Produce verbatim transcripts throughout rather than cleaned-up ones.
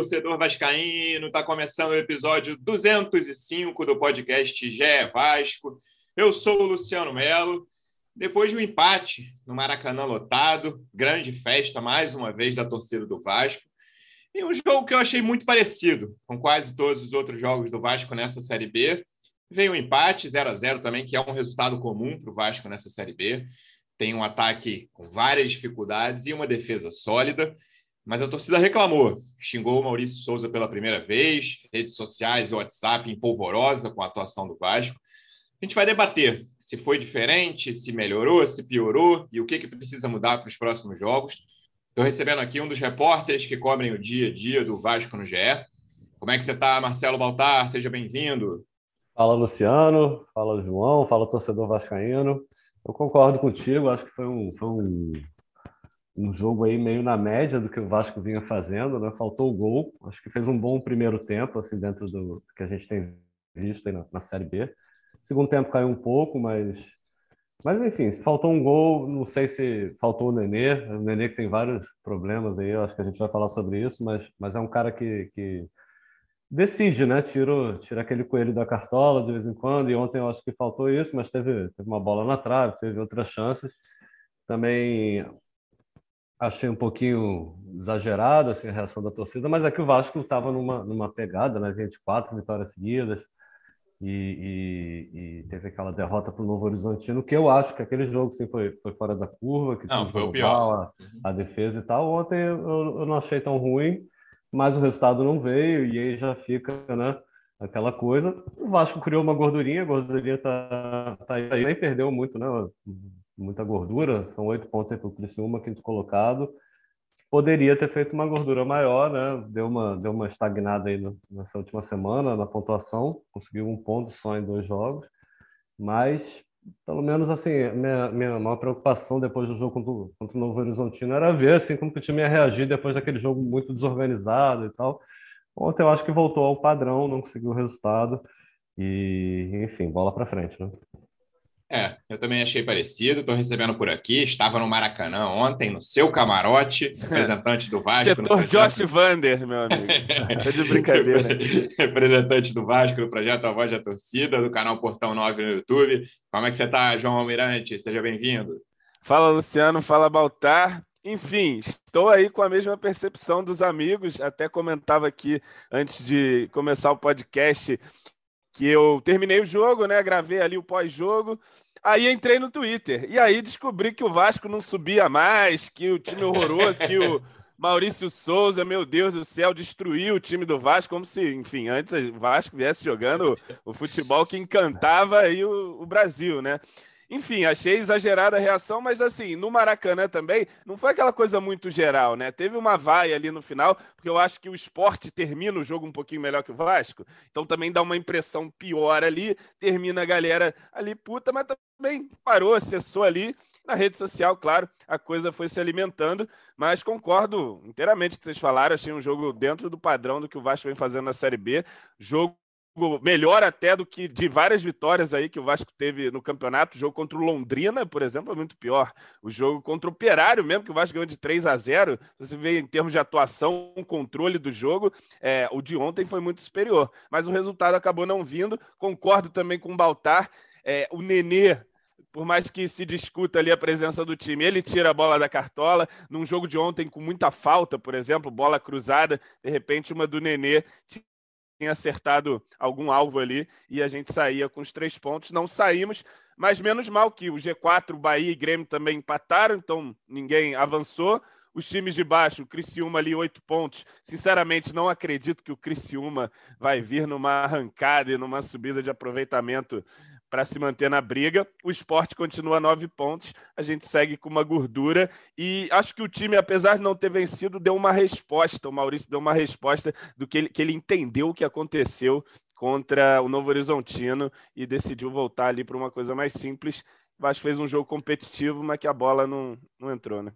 torcedor vascaíno, está começando o episódio duzentos e cinco do podcast G E Vasco. Eu sou o Luciano Melo. Depois de um empate no Maracanã lotado, grande festa mais uma vez da torcida do Vasco, e um jogo que eu achei muito parecido com quase todos os outros jogos do Vasco nessa Série B. Veio um empate, zero a zero também, que é um resultado comum para o Vasco nessa Série B. Tem um ataque com várias dificuldades e uma defesa sólida. Mas a torcida reclamou, xingou o Maurício Souza pela primeira vez, redes sociais e WhatsApp em polvorosa com a atuação do Vasco. A gente vai debater se foi diferente, se melhorou, se piorou e o que, que precisa mudar para os próximos jogos. Estou recebendo aqui um dos repórteres que cobrem o dia a dia do Vasco no G E. Como é que você está, Marcelo Baltar? Seja bem-vindo. Fala, Luciano. Fala, João. Fala, torcedor vascaíno. Eu concordo contigo, acho que foi um... Foi um... um jogo aí meio na média do que o Vasco vinha fazendo, né? Faltou o gol, acho que fez um bom primeiro tempo, assim, dentro do que a gente tem visto aí na, na Série B. Segundo tempo caiu um pouco, mas, mas enfim, se faltou um gol, não sei se faltou o Nenê, o Nenê que tem vários problemas aí, eu acho que a gente vai falar sobre isso, mas, mas é um cara que, que decide, né? Tira, tira aquele coelho da cartola de vez em quando, e ontem eu acho que faltou isso, mas teve, teve uma bola na trave, teve outras chances. Também achei um pouquinho exagerado assim, a reação da torcida, mas é que o Vasco estava numa, numa pegada, né? vinte e quatro vitórias seguidas e, e, e teve aquela derrota para o Novo Horizontino, que eu acho que aquele jogo sim, foi, foi fora da curva, que tinha Não, o foi o pior. Dorival, a, a defesa e tal. Ontem eu, eu não achei tão ruim, mas o resultado não veio e aí já fica, né? Aquela coisa. O Vasco criou uma gordurinha, a gordurinha tá, tá aí, nem perdeu muito, né? Muita gordura, são oito pontos aí para o Criciúma, quinto colocado. Poderia ter feito uma gordura maior, né? Deu uma, deu uma estagnada aí no, nessa última semana na pontuação, conseguiu um ponto só em dois jogos, mas pelo menos assim, minha, minha maior preocupação depois do jogo contra, o- contra o Novo Horizontino era ver assim, como que o time ia reagir depois daquele jogo muito desorganizado e tal. Ontem eu acho que voltou ao padrão, não conseguiu o resultado e, enfim, bola para frente, né? É, eu também achei parecido. Estou recebendo por aqui. Estava no Maracanã ontem, no seu camarote, representante do Vasco no Setor Josh projeto. Vander, meu amigo. Tá de brincadeira. Representante do Vasco no projeto A Voz da Torcida, do canal Portão nove no YouTube. Como é que você está, João Almirante? Seja bem-vindo. Fala, Luciano. Fala, Baltar. Enfim, estou aí com a mesma percepção dos amigos. Até comentava aqui antes de começar o podcast que eu terminei o jogo, né? Gravei ali o pós-jogo. Aí entrei no Twitter. E aí descobri que o Vasco não subia mais, que o time horroroso, que o Maurício Souza, meu Deus do céu, destruiu o time do Vasco, como se, enfim, antes o Vasco viesse jogando o futebol que encantava aí o, o Brasil, né? Enfim, achei exagerada a reação, mas assim, no Maracanã também, não foi aquela coisa muito geral, né? Teve uma vaia ali no final, porque eu acho que o Sport termina o jogo um pouquinho melhor que o Vasco, então também dá uma impressão pior ali, termina a galera ali puta, mas também parou, cessou ali. Na rede social, claro, a coisa foi se alimentando, mas concordo inteiramente com o que vocês falaram, achei um jogo dentro do padrão do que o Vasco vem fazendo na Série B, jogo melhor até do que de várias vitórias aí que o Vasco teve no campeonato. O jogo contra o Londrina, por exemplo, é muito pior. O jogo contra o Operário mesmo, que o Vasco ganhou de três a zero, você vê em termos de atuação, controle do jogo, é, o de ontem foi muito superior. Mas o resultado acabou não vindo. Concordo também com o Baltar. É, o Nenê, por mais que se discuta ali a presença do time, ele tira a bola da cartola. Num jogo de ontem com muita falta, por exemplo, bola cruzada, de repente uma do Nenê tinha acertado algum alvo ali e a gente saía com os três pontos. Não saímos, mas menos mal que o G quatro, Bahia e Grêmio também empataram, então ninguém avançou. Os times de baixo, o Criciúma ali, oito pontos. Sinceramente, não acredito que o Criciúma vai vir numa arrancada e numa subida de aproveitamento para se manter na briga. O Sport continua nove pontos, a gente segue com uma gordura e acho que o time, apesar de não ter vencido, deu uma resposta. O Maurício deu uma resposta do que ele, que ele entendeu o que aconteceu contra o Novo Horizontino e decidiu voltar ali para uma coisa mais simples. O Vasco fez um jogo competitivo, mas que a bola não, não entrou, né?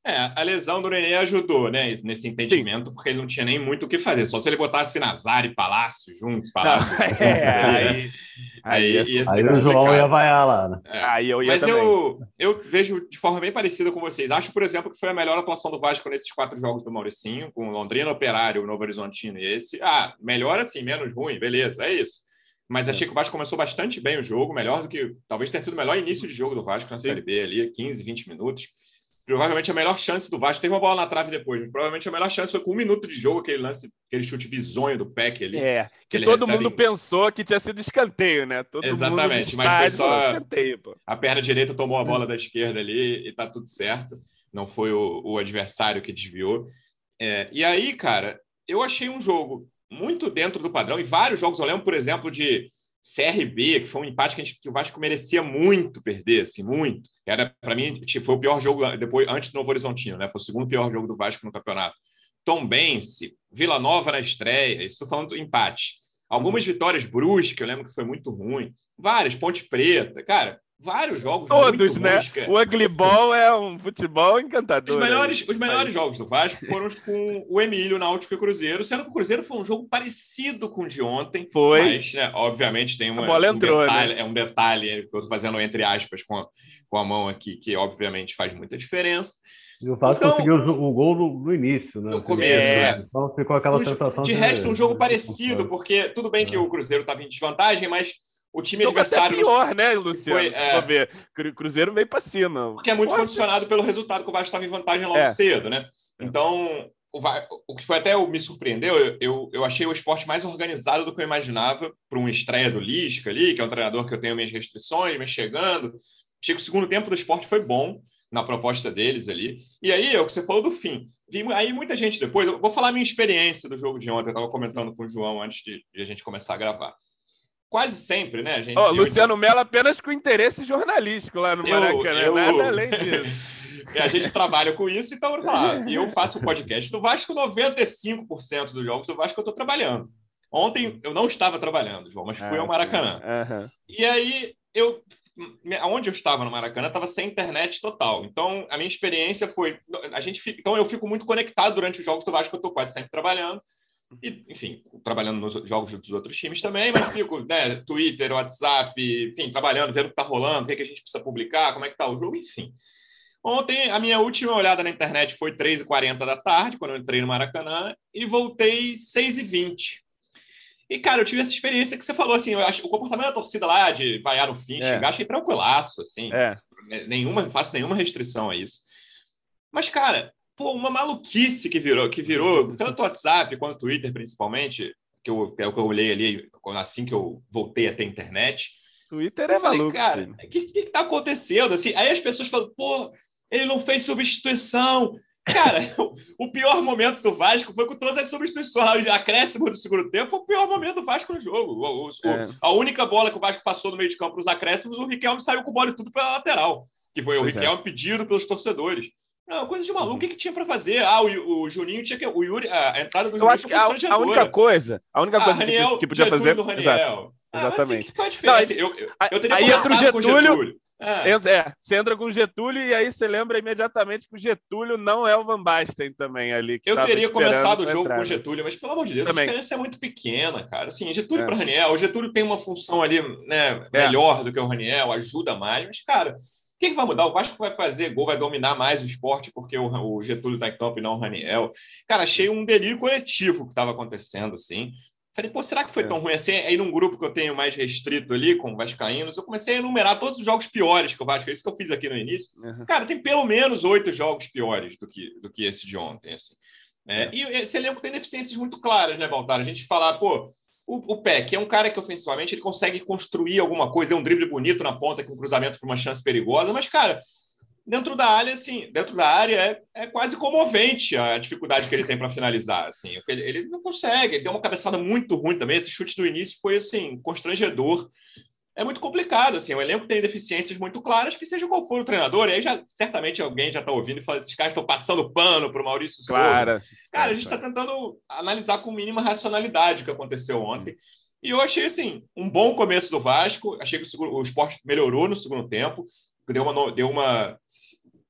É, a lesão do Nenê ajudou, né, nesse entendimento, Sim. porque ele não tinha nem muito o que fazer. Só se ele botasse Nazar e Palácio juntos, Palácio não, juntos, é, ali, aí, né? aí, aí, ia ser aí complicado. o João ia vaiar lá, né? É. Aí eu ia Mas também. eu, eu vejo de forma bem parecida com vocês. Acho, por exemplo, que foi a melhor atuação do Vasco nesses quatro jogos do Mauricinho, com Londrina, Operário, Novo Horizontino e esse. Ah, melhor assim, menos ruim, beleza, é isso. Mas achei é. que o Vasco começou bastante bem o jogo, melhor do que... Talvez tenha sido o melhor início de jogo do Vasco na Sim. Série B ali, quinze, vinte minutos. Provavelmente a melhor chance do Vasco, teve uma bola na trave depois, mas provavelmente a melhor chance foi com um minuto de jogo, aquele lance, aquele chute bizonho do Peck ali. É, que, que todo mundo em... pensou que tinha sido escanteio, né? Todo Exatamente, mundo mas foi só escanteio, pô. A perna direita tomou a bola da esquerda ali e tá tudo certo. Não foi o, o adversário que desviou. É, e aí, cara, eu achei um jogo muito dentro do padrão, e vários jogos, eu lembro, por exemplo, de C R B, que foi um empate que, a gente, que o Vasco merecia muito perder, assim, muito. Era, para mim, foi o pior jogo depois, antes do Novo Horizontino, né? Foi o segundo pior jogo do Vasco no campeonato. Tombense, Vila Nova na estreia, estou falando do empate. Algumas vitórias bruscas, eu lembro que foi muito ruim. Várias, Ponte Preta, cara, vários jogos Todos, muito né? ruins. Cara. O Ugly Ball é um futebol encantador. Os melhores, né? os melhores jogos do Vasco foram com o Emílio, Náutico e Cruzeiro, sendo que o Cruzeiro foi um jogo parecido com o de ontem. Foi. Mas, né, obviamente, tem uma, a bola entrou, um detalhe, né? é um detalhe que eu estou fazendo entre aspas com a, com a mão aqui, que obviamente faz muita diferença. E o Vasco então, conseguiu o gol no, no início, né? No começo, é. Então ficou aquela de, sensação de... De resto, um jogo parecido, porque tudo bem que é. o Cruzeiro estava em desvantagem, mas o time jogo adversário... Até pior, né, Luciano? Foi, se é... for ver. O Cruzeiro veio para cima. Porque é muito Esporte... condicionado pelo resultado que o Vasco estava em vantagem logo é. cedo, né? Então, o, Va... o que foi até me surpreendeu, eu, eu, eu achei o Sport mais organizado do que eu imaginava para uma estreia do Lisca ali, que é um treinador que eu tenho minhas restrições, mas chegando. Achei que o segundo tempo do Sport foi bom na proposta deles ali. E aí, é o que você falou do fim. Vi aí muita gente depois... Eu vou falar a minha experiência do jogo de ontem. Eu estava comentando com o João antes de, de a gente começar a gravar. Quase sempre, né? A gente, oh, Luciano Mello apenas com interesse jornalístico lá no eu, Maracanã. Eu... Nada além disso. A gente trabalha com isso, então lá, eu faço um podcast do Vasco, noventa e cinco por cento dos jogos do Vasco eu estou trabalhando. Ontem eu não estava trabalhando, João, mas fui ah, ao Maracanã. Uhum. E aí, eu... onde eu estava no Maracanã estava sem internet total. Então, a minha experiência foi... A gente fica, então, eu fico muito conectado durante os jogos do Vasco, eu estou quase sempre trabalhando. E, enfim, trabalhando nos jogos dos outros times também, mas fico, né, Twitter, WhatsApp, enfim, trabalhando, vendo o que está rolando, o que, é que a gente precisa publicar, como é que está o jogo, enfim. Ontem, a minha última olhada na internet foi três e quarenta da tarde, quando eu entrei no Maracanã, e voltei seis e vinte. E, cara, eu tive essa experiência que você falou, assim, eu acho, o comportamento da torcida lá, de vaiar no fim, é. chegar, achei tranquilaço, assim, é. nenhuma, não faço nenhuma restrição a isso. Mas, cara, pô, uma maluquice que virou, que virou tanto o WhatsApp quanto o Twitter, principalmente, que eu, é o que eu olhei ali assim que eu voltei a ter internet. Twitter é falei, maluco. Cara, o que, que tá acontecendo? Assim, aí as pessoas falam, pô, ele não fez substituição. Cara, o pior momento do Vasco foi com todas as substituições. Acréscimo do segundo tempo foi o pior momento do Vasco no jogo. O, o, é. A única bola que o Vasco passou no meio de campo para os acréscimos, o Riquelme saiu com bola e tudo pela lateral, que foi pois o Riquelme é. pedido pelos torcedores. Não, coisa de maluco. O que, que tinha para fazer? Ah, o, o Juninho tinha que... O Yuri, a entrada do Eu Juninho acho que a, a única coisa, a única ah, coisa Raniel, que, que podia Getúlio fazer... Do Raniel. Exato. Ah, Exatamente. Mas, assim, não, assim, eu, eu, eu teria aí entra o Getúlio, com o Getúlio. É. é, você entra com o Getúlio e aí você lembra imediatamente que o Getúlio não é o Van Basten também ali. Que eu teria começado o jogo entrar, com o né? Getúlio, mas pelo amor de Deus, também. a diferença é muito pequena, cara. Assim, Getúlio é. para Raniel, o Getúlio tem uma função ali, né, é. melhor do que o Raniel, ajuda mais, mas, cara, o que, que vai mudar? O Vasco vai fazer gol, vai dominar mais o esporte porque o, o Getúlio está em campo e não o Raniel. Cara, achei um delírio coletivo que estava acontecendo, assim. Falei, pô, será que foi é. tão ruim assim? Aí num grupo que eu tenho mais restrito ali, com vascaínos, eu comecei a enumerar todos os jogos piores que o Vasco fez, isso que eu fiz aqui no início. Uhum. Cara, tem pelo menos oito jogos piores do que, do que esse de ontem, assim. É, é. E esse elenco tem deficiências muito claras, né, Baltar? A gente falar, pô, o, o Peck é um cara que ofensivamente ele consegue construir alguma coisa, deu um drible bonito na ponta com um cruzamento para uma chance perigosa, mas, cara, dentro da área, assim, dentro da área é, é quase comovente a dificuldade que ele tem para finalizar, assim. Ele, ele não consegue, ele deu uma cabeçada muito ruim também. Esse chute do início foi, assim, constrangedor. É muito complicado, assim. O elenco tem deficiências muito claras, que seja qual for o treinador. E aí, já, certamente, alguém já está ouvindo e fala, esses caras estão passando pano para o Maurício claro. Souza. Cara, a gente está tentando analisar com mínima racionalidade o que aconteceu ontem. Hum. E eu achei, assim, um bom começo do Vasco. Achei que o, o Sport melhorou no segundo tempo. Deu uma, deu uma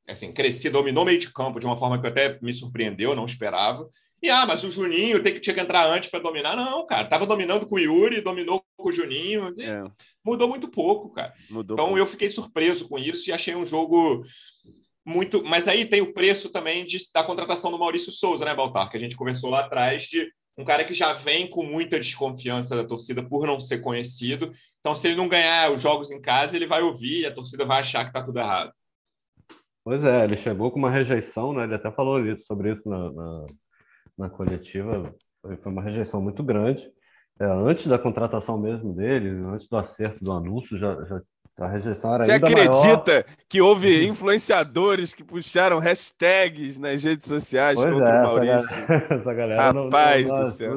assim, cresci, dominou meio de campo de uma forma que até me surpreendeu, não esperava. E, ah, mas o Juninho tem que, tinha que entrar antes para dominar. Não, cara, tava dominando com o Yuri, dominou com o Juninho. É. Mudou muito pouco, cara. Mudou então, pouco. Eu fiquei surpreso com isso e achei um jogo muito... Mas aí tem o preço também de, da contratação do Maurício Souza, né, Baltar? Que a gente conversou lá atrás de um cara que já vem com muita desconfiança da torcida por não ser conhecido. Então, se ele não ganhar os jogos em casa, ele vai ouvir e a torcida vai achar que tá tudo errado. Pois é, ele chegou com uma rejeição, né? Ele até falou isso, sobre isso na... na... na coletiva, foi uma rejeição muito grande. É, antes da contratação mesmo dele, antes do acerto do anúncio, já, já a rejeição era Você ainda acredita maior. Que houve influenciadores que puxaram hashtags nas redes sociais pois contra é, o Maurício? Essa galera, essa galera Rapaz não, não, não do céu.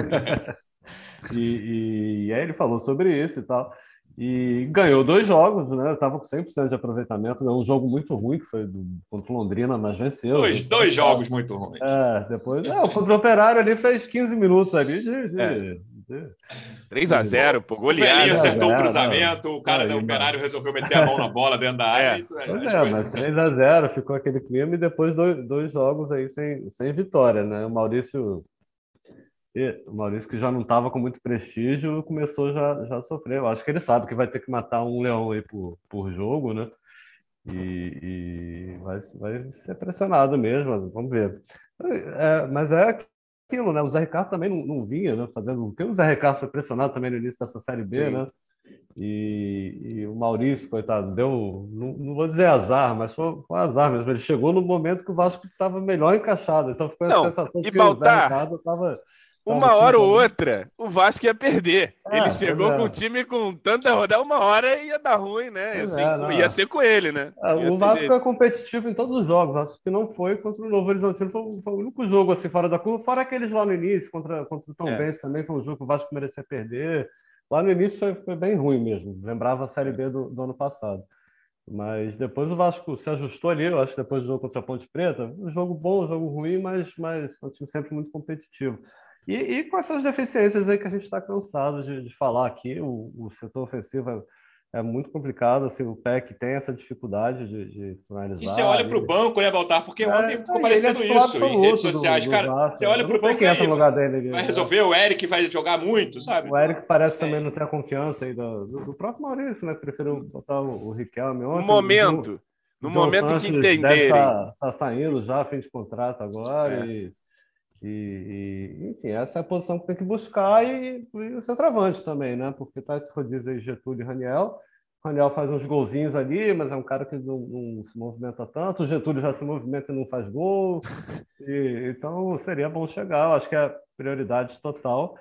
e, e, e aí ele falou sobre isso e tal. E ganhou dois jogos, né? Estava com cem por cento de aproveitamento. Ganhou um jogo muito ruim, que foi do, contra o Londrina, mas venceu. Dois, dois jogos muito ruins. É, depois... É, contra o Operário ali fez quinze minutos ali de... de, é. de... três a zero, pô, goleada. O Velhinho acertou o cruzamento, não. o cara do Operário resolveu meter a mão na bola dentro da área. É, e, pois é, mas três a zero ficou aquele clima e depois dois, dois jogos aí sem, sem vitória, né? O Maurício... E o Maurício, que já não estava com muito prestígio, começou já, já a sofrer. Eu acho que ele sabe que vai ter que matar um leão aí por, por jogo, né? E, e vai, vai ser pressionado mesmo, vamos ver. É, mas é aquilo, né? O Zé Ricardo também não, não vinha, né? Fazendo... Porque o Zé Ricardo foi pressionado também no início dessa Série B, Sim. né? E, e o Maurício, coitado, deu, não, não vou dizer azar, mas foi, foi azar mesmo. Ele chegou no momento que o Vasco estava melhor encaixado. Então ficou essa sensação de que Baltar... o Zé Ricardo estava... Uma hora ou outra, o Vasco ia perder. É, ele chegou é. com o time com tanta rodada, uma hora ia dar ruim, né? Assim, é, ia ser com ele, né? É, o Vasco jeito. é competitivo em todos os jogos. Acho que não foi contra o Novo Horizontino. Foi, foi o único jogo assim, fora da curva, fora aqueles lá no início, contra, contra o Tombense é. também. Foi um jogo que o Vasco merecia perder. Lá no início foi, foi bem ruim mesmo. Lembrava a Série B do, do ano passado. Mas depois o Vasco se ajustou ali. Eu acho que depois do jogo contra a Ponte Preta, um jogo bom, um jogo ruim, mas, mas um time sempre muito competitivo. E, e com essas deficiências aí que a gente está cansado de, de falar aqui, o, o setor ofensivo é, é muito complicado, assim, o P E C tem essa dificuldade de, de finalizar. E você olha para o banco, né, Baltar? Porque é, ontem ficou parecendo é isso em redes sociais. Do, do cara, Vasco. Você olha para o banco quem entra no lugar dele, vai resolver, o Eric vai jogar muito, sabe? O Eric parece também não ter a confiança aí do, do, do próprio Maurício, né? Preferiu botar o, o Riquelme ontem. No momento, no momento Sanches que entenderem. Deve estar tá, tá saindo já, fim de contrato agora é. e... E, e, enfim, essa é a posição que tem que buscar e, e o centroavante também, né? Porque tá esse rodízio aí, Getúlio e Raniel. O Raniel faz uns golzinhos ali, mas é um cara que não, não se movimenta tanto. O Getúlio já se movimenta e não faz gol. E, então, seria bom chegar. Eu acho que é prioridade total.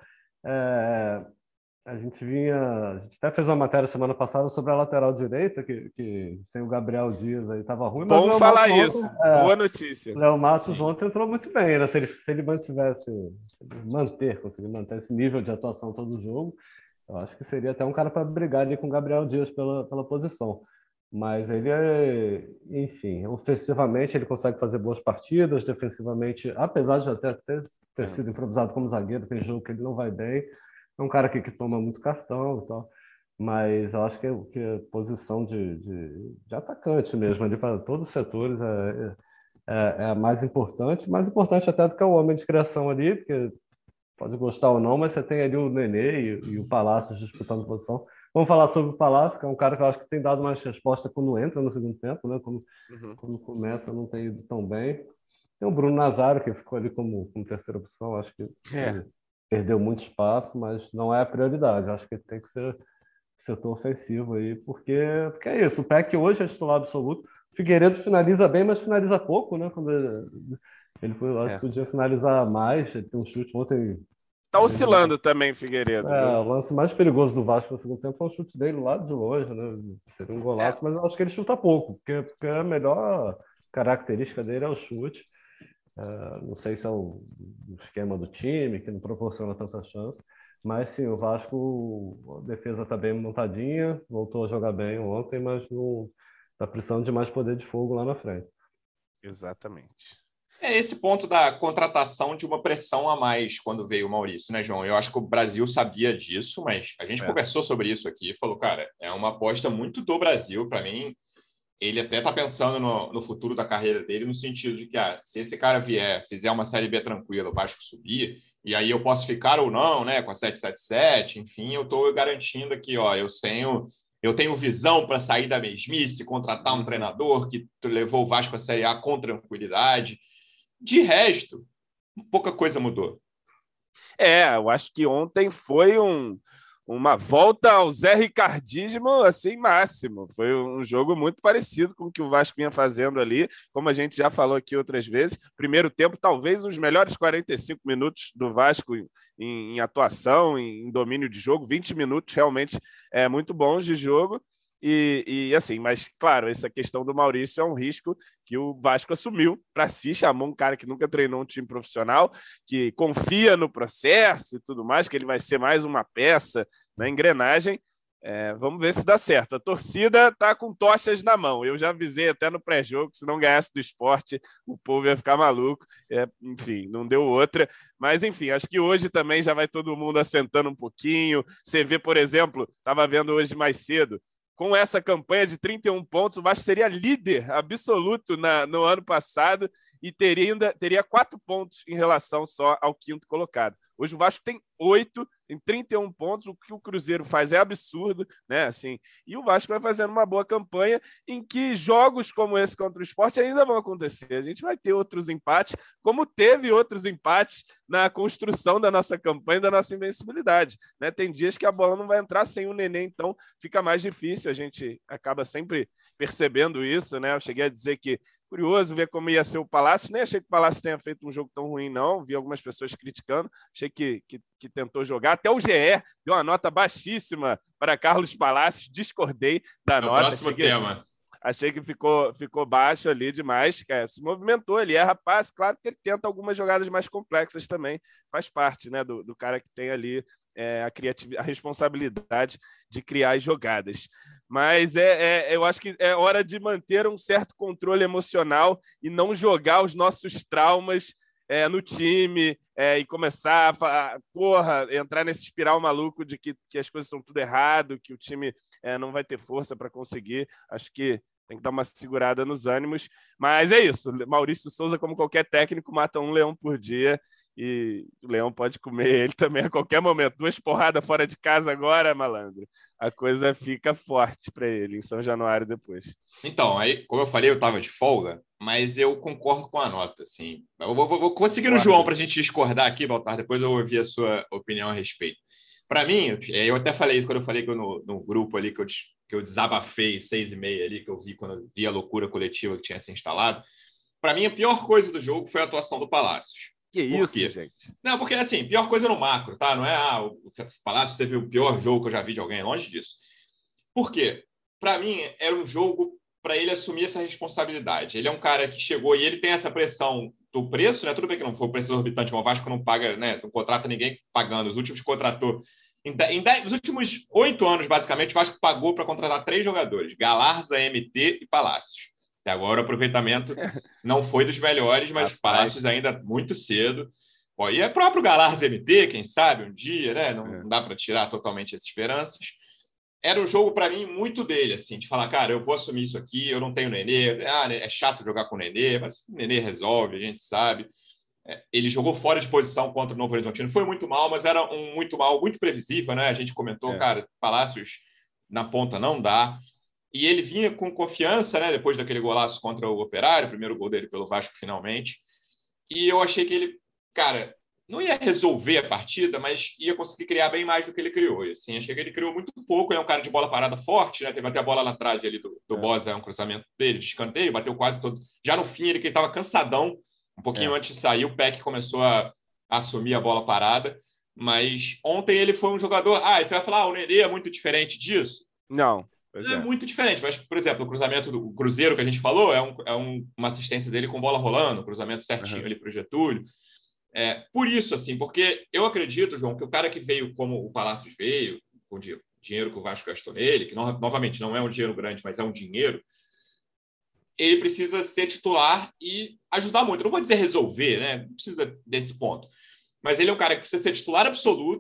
É, a gente vinha... A gente até fez uma matéria semana passada sobre a lateral direita, que, que sem o Gabriel Dias aí estava ruim. Bom mas falar isso. Ontem, é, Boa notícia. O Léo Matos ontem entrou muito bem, né? Se ele, se ele mantivesse, se ele manter, conseguir manter esse nível de atuação todo o jogo, eu acho que seria até um cara para brigar ali com o Gabriel Dias pela, pela posição. Mas ele é, enfim, ofensivamente ele consegue fazer boas partidas, defensivamente, apesar de até ter, ter sido improvisado como zagueiro, tem jogo que ele não vai bem. É um cara que, que toma muito cartão e tal. Mas eu acho que, que a posição de, de, de atacante mesmo ali para todos os setores é, é, é a mais importante, mais importante até do que o homem de criação ali, porque pode gostar ou não, mas você tem ali o Nenê e, e o Palácio disputando posição. Vamos falar sobre o Palácio, que é um cara que eu acho que tem dado mais resposta quando entra no segundo tempo, né? Quando, uhum. quando começa não tem ido tão bem. Tem o Bruno Nazário, que ficou ali como, como terceira opção, acho que é. perdeu muito espaço, mas não é a prioridade. Acho que tem que ser setor ofensivo aí, porque, porque é isso. O P E C hoje é titular absoluto. O Figueiredo finaliza bem, mas finaliza pouco, né? Quando ele, ele eu acho é. que podia finalizar mais. Ele tem um chute ontem. Tá oscilando ele... também o Figueiredo. É, viu? O lance mais perigoso do Vasco no segundo tempo foi um chute dele lá de longe, né? Seria um golaço, é. mas eu acho que ele chuta pouco, porque, porque a melhor característica dele é o chute. Uh, não sei se é o, o esquema do time, que não proporciona tanta chance. Mas sim, o Vasco, a defesa está bem montadinha, voltou a jogar bem ontem, mas está precisando de mais poder de fogo lá na frente. Exatamente. É esse ponto da contratação de uma pressão a mais quando veio o Maurício, né, João? Eu acho que o Brasil sabia disso, mas a gente é. conversou sobre isso aqui e falou, cara, é uma aposta muito do Brasil. Para mim, ele até está pensando no, no futuro da carreira dele, no sentido de que, ah, se esse cara vier, fizer uma Série B tranquila, o Vasco subir, e aí eu posso ficar ou não, né, com a sete sete sete, enfim, eu estou garantindo aqui, ó, eu tenho, eu tenho visão para sair da mesmice, contratar um treinador que levou o Vasco à Série A com tranquilidade. De resto, pouca coisa mudou. É, eu acho que ontem foi um... uma volta ao Zé Ricardismo assim, máximo. Foi um jogo muito parecido com o que o Vasco vinha fazendo ali, como a gente já falou aqui outras vezes. Primeiro tempo, talvez os melhores quarenta e cinco minutos do Vasco em, em atuação, em, em domínio de jogo, vinte minutos realmente é, muito bons de jogo. E, e assim, mas claro, essa questão do Maurício é um risco que o Vasco assumiu para si, chamou um cara que nunca treinou um time profissional, que confia no processo e tudo mais, que ele vai ser mais uma peça na engrenagem. É, vamos ver se dá certo. A torcida está com tochas na mão. Eu já avisei até no pré-jogo que se não ganhasse do Sport, o povo ia ficar maluco. É, enfim, não deu outra. Mas, enfim, acho que hoje também já vai todo mundo assentando um pouquinho. Você vê, por exemplo, estava vendo hoje mais cedo, com essa campanha de trinta e um pontos, o Vasco seria líder absoluto na, no ano passado e teria, ainda, teria quatro pontos em relação só ao quinto colocado. Hoje o Vasco tem oito em trinta e um pontos, o que o Cruzeiro faz é absurdo, né? Assim, e o Vasco vai fazendo uma boa campanha em que jogos como esse contra o Sport ainda vão acontecer. A gente vai ter outros empates, como teve outros empates na construção da nossa campanha, da nossa invencibilidade, né? Tem dias que a bola não vai entrar sem o Nenê, então fica mais difícil, a gente acaba sempre percebendo isso, né? Eu cheguei a dizer que curioso ver como ia ser o Palácio, nem achei que o Palácio tenha feito um jogo tão ruim, não, vi algumas pessoas criticando, achei que, que, que tentou jogar, até o G E deu uma nota baixíssima para Carlos Palácios, discordei da é nota. O próximo achei tema. Que, achei que ficou, ficou baixo ali demais, cara. Se movimentou, ele é rapaz, claro que ele tenta algumas jogadas mais complexas também, faz parte, né, do, do cara que tem ali é, a, criatividade, a responsabilidade de criar as jogadas. Mas é, é, eu acho que é hora de manter um certo controle emocional e não jogar os nossos traumas é, no time é, e começar a, porra, entrar nesse espiral maluco de que, que as coisas são tudo errado, que o time é, não vai ter força para conseguir. Acho que tem que dar uma segurada nos ânimos. Mas é isso. Maurício Souza, como qualquer técnico, mata um leão por dia e o leão pode comer ele também a qualquer momento. Duas porradas fora de casa agora, malandro. A coisa fica forte para ele em São Januário depois. Então, aí, como eu falei, eu estava de folga, mas eu concordo com a nota, assim. Eu vou, vou conseguir no João para a gente discordar aqui, Baltar, depois eu ouvi a sua opinião a respeito. Para mim, eu até falei isso quando eu falei que eu, no, no grupo ali que eu, que eu desabafei seis e meia ali, que eu vi quando eu vi a loucura coletiva que tinha se instalado. Para mim, a pior coisa do jogo foi a atuação do Palácios. Que isso, gente? Não, porque assim, pior coisa no macro, tá? Não é, ah, o Palácio teve o pior jogo que eu já vi de alguém, longe disso. Por quê? Para mim, era um jogo para ele assumir essa responsabilidade. Ele é um cara que chegou e ele tem essa pressão do preço, né? Tudo bem que não foi o preço exorbitante, mas o Vasco não paga, né? Não contrata ninguém pagando. Os últimos que contratou. Em dez, nos últimos oito anos, basicamente, o Vasco pagou para contratar três jogadores: Galarza, M T e Palácios. Até agora o aproveitamento não foi dos melhores, mas Rapaz. Palácios ainda muito cedo. Pô, e é próprio Galarza M T, quem sabe, um dia, né? Não, é. não dá para tirar totalmente as esperanças. Era um jogo, para mim, muito dele, assim, de falar, cara, eu vou assumir isso aqui, eu não tenho Nenê, ah, é chato jogar com o Nenê, mas o Nenê resolve, a gente sabe. É, ele jogou fora de posição contra o Novo Horizontino, foi muito mal, mas era um muito mal, muito previsível, né? A gente comentou, é. cara, Palácios na ponta não dá. E ele vinha com confiança, né? Depois daquele golaço contra o Operário, o primeiro gol dele pelo Vasco, finalmente. E eu achei que ele, cara, não ia resolver a partida, mas ia conseguir criar bem mais do que ele criou. E, assim, achei que ele criou muito pouco. Ele é um cara de bola parada forte, né? Teve até a bola na trave ali do, do é. Bosa, é um cruzamento dele, de escanteio, bateu quase todo. Já no fim, ele que estava cansadão, um pouquinho é. antes de sair, o Peck começou a, a assumir a bola parada. Mas ontem ele foi um jogador. Ah, e você vai falar, ah, o Nenê é muito diferente disso? Não. É, é muito diferente, mas, por exemplo, o cruzamento do Cruzeiro que a gente falou é, um, é um, uma assistência dele com bola rolando, cruzamento certinho uhum. ali para o Getúlio. É, por isso, assim, porque eu acredito, João, que o cara que veio como o Palácios veio, com o dinheiro que o Vasco gastou nele, que no, novamente não é um dinheiro grande, mas é um dinheiro, ele precisa ser titular e ajudar muito. Eu não vou dizer resolver, né? Não precisa desse ponto. Mas ele é um cara que precisa ser titular absoluto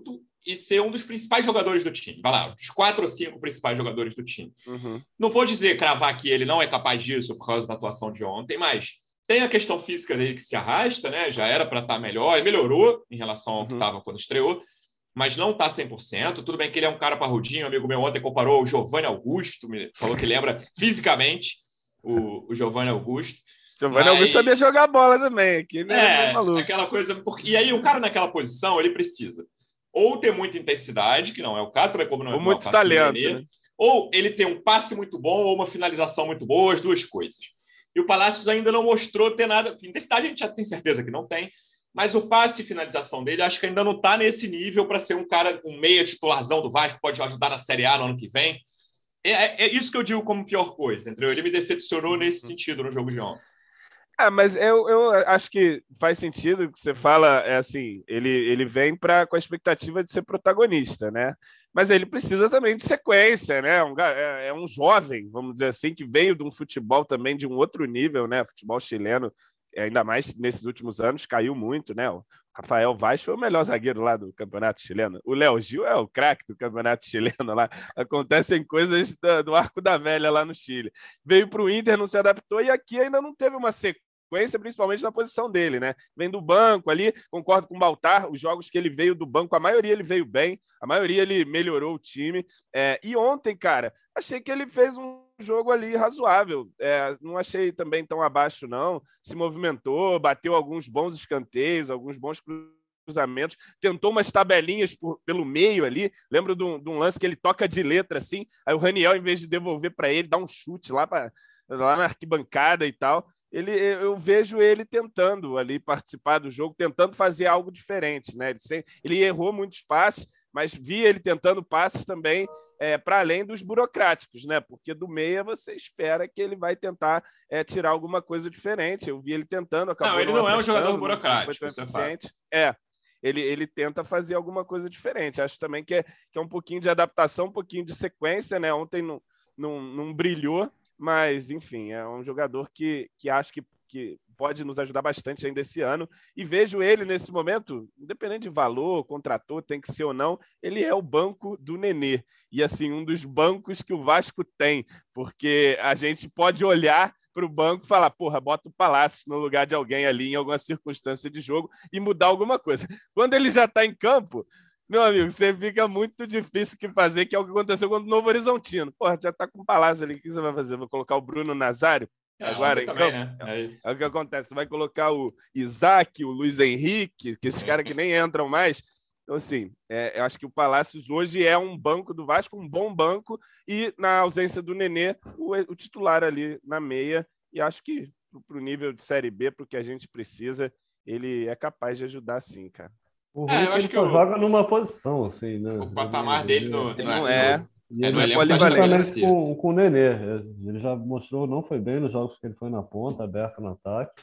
e ser um dos principais jogadores do time. Vai lá, os quatro ou cinco principais jogadores do time. Uhum. Não vou dizer, cravar que ele não é capaz disso por causa da atuação de ontem, mas tem a questão física dele que se arrasta, né? Já era para estar melhor, ele melhorou em relação ao Uhum. que estava quando estreou, mas não está cem por cento. Tudo bem que ele é um cara parrudinho, um amigo meu ontem comparou o Giovanni Augusto, me falou que lembra fisicamente o, o Giovanni Augusto. Giovanni mas... Augusto sabia jogar bola também, aqui não é, é maluco. Aquela coisa... E aí o cara naquela posição, ele precisa ou ter muita intensidade, que não é o caso, também como não, ou não muito é o caso do talento, Nenê, né? ou ele tem um passe muito bom ou uma finalização muito boa, as duas coisas. E o Palácios ainda não mostrou ter nada... Intensidade a gente já tem certeza que não tem, mas o passe e finalização dele acho que ainda não está nesse nível para ser um cara, um meia titularzão do Vasco, que pode ajudar na Série A no ano que vem. É, é isso que eu digo como pior coisa, entendeu? Ele me decepcionou nesse sentido no jogo de ontem. Ah, mas eu, eu acho que faz sentido o que você fala, é assim, ele, ele vem pra, com a expectativa de ser protagonista, né? Mas ele precisa também de sequência, né? Um, é, é um jovem, vamos dizer assim, que veio de um futebol também de um outro nível, né? Futebol chileno, ainda mais nesses últimos anos, caiu muito, né? O Rafael Vaz foi o melhor zagueiro lá do campeonato chileno. O Léo Gil é o craque do campeonato chileno lá. Acontecem coisas do, do Arco da Velha lá no Chile. Veio para o Inter, não se adaptou e aqui ainda não teve uma sequência, principalmente na posição dele, né? Vem do banco ali, concordo com o Baltar, os jogos que ele veio do banco, a maioria ele veio bem, a maioria ele melhorou o time. É, e ontem, cara, achei que ele fez um jogo ali razoável. É, não achei também tão abaixo, não. Se movimentou, bateu alguns bons escanteios, alguns bons cruzamentos, tentou umas tabelinhas por, pelo meio ali. Lembro de um, de um lance que ele toca de letra assim, aí o Raniel, em vez de devolver para ele, dá um chute lá, pra, lá na arquibancada e tal. Ele, eu vejo ele tentando ali participar do jogo, tentando fazer algo diferente, né? Ele, sem, ele errou muitos passes, mas vi ele tentando passes também é, para além dos burocráticos, né? Porque do meia você espera que ele vai tentar é, tirar alguma coisa diferente. Eu vi ele tentando, acabou não, ele não, não é um jogador burocrático, burocrático, não foi tão isso é eficiente. É, ele, ele tenta fazer alguma coisa diferente. Acho também que é, que é um pouquinho de adaptação, um pouquinho de sequência, né? Ontem não, não, não brilhou, mas, enfim, é um jogador que, que acho que, que pode nos ajudar bastante ainda esse ano. E vejo ele nesse momento, independente de valor, contratou, tem que ser ou não, ele é o banco do Nenê. E, assim, um dos bancos que o Vasco tem, porque a gente pode olhar para o banco e falar, porra, bota o Palácio no lugar de alguém ali em alguma circunstância de jogo e mudar alguma coisa. Quando ele já está em campo, meu amigo, você fica muito difícil que fazer, que é o que aconteceu com o Novo Horizontino. Porra, já tá com o Palácio ali, o que você vai fazer? Vai colocar o Bruno Nazário é, agora em também, campo? Né? É, isso. É o que acontece. Você vai colocar o Isaac, o Luiz Henrique, que esses caras que nem entram mais. Então, assim, é, eu acho que o Palácios hoje é um banco do Vasco, um bom banco, e na ausência do Nenê, o, o titular ali na meia, e acho que pro nível de Série B, pro que a gente precisa, ele é capaz de ajudar sim, cara. O É, ruim é eu que acho ele que só o, joga numa posição, assim, né? o patamar ele, dele no, Ele no, não no, é. E é, ele no não é elenco tá polivalente. justamente estabelecido. com, com o Nenê. Ele já mostrou, não foi bem nos jogos que ele foi na ponta, aberto no ataque.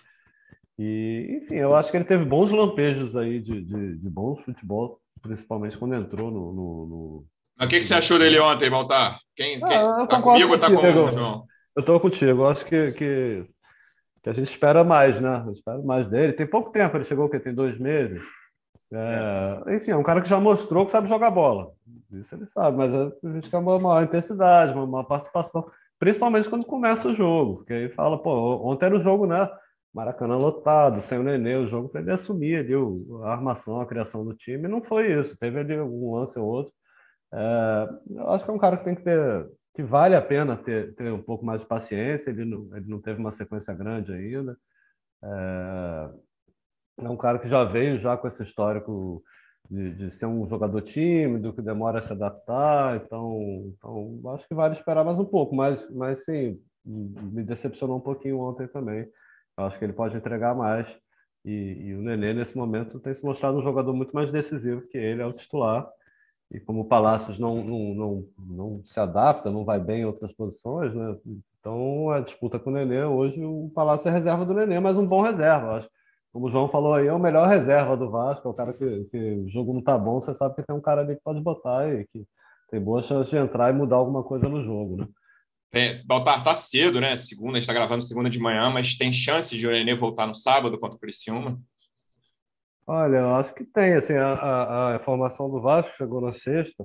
E, enfim, eu acho que ele teve bons lampejos aí de, de, de bom futebol, principalmente quando entrou no. no, no Mas o que, que você achou dele ontem, Baltar? Quem, quem ah, eu tá concordo comigo ou tá contigo. com o João? Eu tô contigo. Eu acho que, que, que a gente espera mais, né? Eu espero mais dele. Tem pouco tempo, ele chegou o quê? Tem dois meses. É, enfim, é um cara que já mostrou que sabe jogar bola. Isso ele sabe, mas a gente quer uma maior intensidade, uma maior participação, principalmente quando começa o jogo. Porque aí fala, pô, ontem era o jogo, né? Maracanã lotado, sem o Nenê, o jogo para ele assumir ali o, a armação, a criação do time. Não foi isso. Teve ali um lance ou outro. É, eu acho que é um cara que tem que ter, que vale a pena ter, ter um pouco mais de paciência. Ele não, ele não teve uma sequência grande ainda. É, é um cara que já veio já com esse histórico de, de ser um jogador tímido, que demora a se adaptar. Então, então acho que vale esperar mais um pouco. Mas, mas sim, me decepcionou um pouquinho ontem também. Eu acho que ele pode entregar mais. E, e o Nenê, nesse momento, tem se mostrado um jogador muito mais decisivo que ele, é o titular. E como o Palácios não, não, não, não se adapta, não vai bem em outras posições, né? Então a disputa com o Nenê, hoje o Palácio é reserva do Nenê, mas um bom reserva, eu acho. Como o João falou aí, é o melhor reserva do Vasco, é o cara que, que o jogo não tá bom, você sabe que tem um cara ali que pode botar e que tem boa chance de entrar e mudar alguma coisa no jogo, né? É, Baltar, tá cedo, né? Segunda, a gente tá gravando segunda de manhã, mas tem chance de o Nenê voltar no sábado contra o Criciúma? Olha, eu acho que tem, assim, a, a, a formação do Vasco chegou na sexta,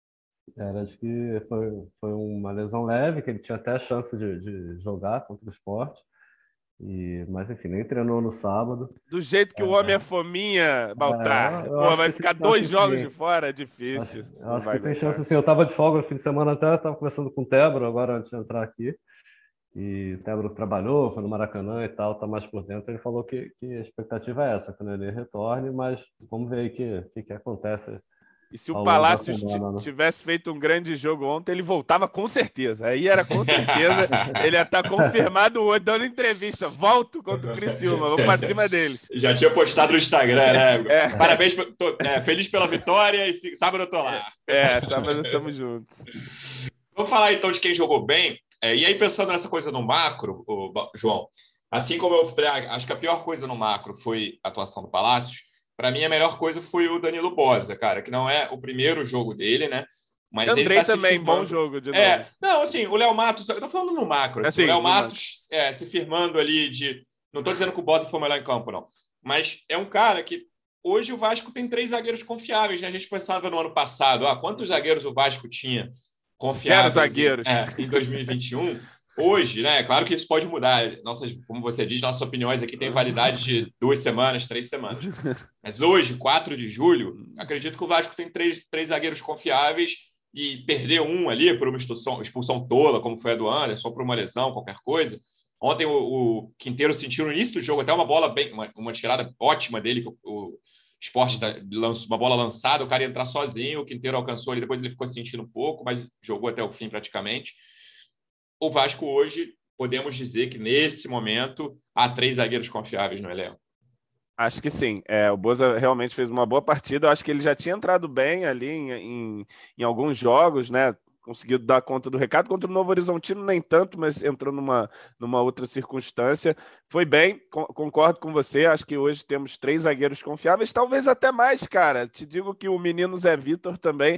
era de que foi, foi uma lesão leve, que ele tinha até a chance de, de jogar contra o Sport, e, mas enfim, nem treinou no sábado. Do jeito que o homem é fominha, É, Baltar, eu pô, acho vai que ficar tem chance dois jogos de sim. fora, é Acho, difícil. eu Não acho que vai tem chance aguentar. sim. Eu estava de folga no fim de semana até, estava conversando com o Tebro agora antes de entrar aqui. E o Tebro trabalhou, foi no Maracanã e tal, tá mais por dentro. Ele falou que, que a expectativa é essa, que o Nenê retorne, mas vamos ver aí o que, que, que acontece E se o ao longo da Palácios ti- semana, né? tivesse feito um grande jogo ontem, ele voltava com certeza. Aí era com certeza, ele ia estar confirmado hoje, dando entrevista. Volto contra o Criciúma, vou para cima deles. Já tinha postado no Instagram, né? É, Parabéns, tô, é, feliz pela vitória e se- sábado eu tô lá. é, sábado estamos juntos. Vamos falar então de quem jogou bem. É, e aí, pensando nessa coisa no macro, ô, Ba- João, assim como eu falei, ah, acho que a pior coisa no macro foi a atuação do Palácios, para mim a melhor coisa foi o Danilo Boza, cara, que não é o primeiro jogo dele, né? Mas ele Andrei tá se também, bom firmando. jogo de novo. É, não, assim, o Léo Matos, eu tô falando no macro, assim, o Assim, Léo no macro. Matos é, se firmando ali de. Não tô dizendo que o Boza foi o melhor em campo, não. Mas é um cara que. Hoje o Vasco tem três zagueiros confiáveis, né? A gente pensava no ano passado, ah, quantos zagueiros o Vasco tinha Zero confiáveis em, zagueiros. é, em dois mil e vinte e um. Hoje, né? Claro que isso pode mudar. Nossas, como você diz, nossas opiniões aqui têm validade de duas semanas, três semanas. Mas hoje, quatro de julho, acredito que o Vasco tem três, três zagueiros confiáveis e perder um ali por uma expulsão, expulsão tola, como foi a do Anderson, por uma lesão, qualquer coisa. Ontem o, o Quinteiro sentiu no início do jogo até uma bola bem, uma, uma tirada ótima dele, que o, o Sport lançou uma bola lançada, o cara ia entrar sozinho, o Quinteiro alcançou ele, depois ele ficou sentindo um pouco, mas jogou até o fim praticamente. O Vasco hoje, podemos dizer que nesse momento há três zagueiros confiáveis no elenco. Acho que sim. É, o Boza realmente fez uma boa partida. Eu acho que ele já tinha entrado bem ali em, em, em alguns jogos, né? Conseguiu dar conta do recado. Contra o Novo Horizontino, nem tanto, mas entrou numa, numa outra circunstância. Foi bem, com, concordo com você. Acho que hoje temos três zagueiros confiáveis, talvez até mais, cara. Te digo que o menino Zé Vitor também,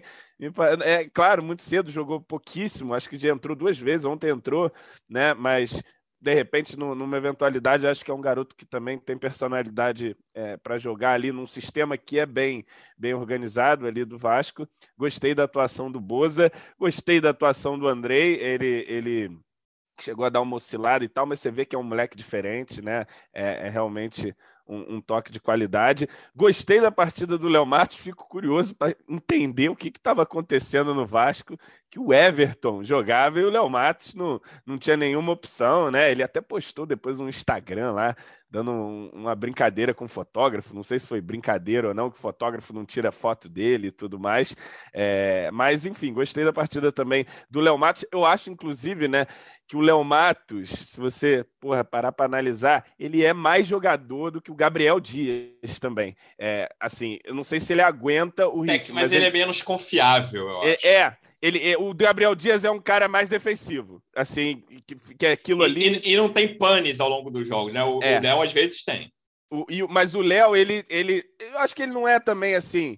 é claro, muito cedo, jogou pouquíssimo. Acho que já entrou duas vezes, ontem entrou, né? Mas de repente, numa eventualidade, acho que é um garoto que também tem personalidade é, para jogar ali num sistema que é bem, bem organizado ali do Vasco. Gostei da atuação do Boza, gostei da atuação do Andrei, ele, ele chegou a dar uma oscilada e tal, mas você vê que é um moleque diferente, né? É, é realmente um, um toque de qualidade. Gostei da partida do Léo Matos, fico curioso para entender o que estava acontecendo no Vasco, que o Everton jogava e o Léo Matos não, não tinha nenhuma opção, né? Ele até postou depois um Instagram lá, dando um, uma brincadeira com o fotógrafo, não sei se foi brincadeira ou não, que o fotógrafo não tira foto dele e tudo mais, é, mas enfim, gostei da partida também do Léo Matos. Eu acho, inclusive, né, que o Léo Matos, se você porra, parar para analisar, ele é mais jogador do que o Gabriel Dias também. É, assim, eu não sei se ele aguenta o ritmo. É, mas, mas ele, ele é menos confiável, eu acho. É, é ele, o Gabriel Dias é um cara mais defensivo, assim, que, que é aquilo e, ali... E, e não tem panes ao longo dos jogos, né? O é. Léo às vezes tem. O, e, mas o Léo, ele, ele... Eu acho que ele não é também, assim,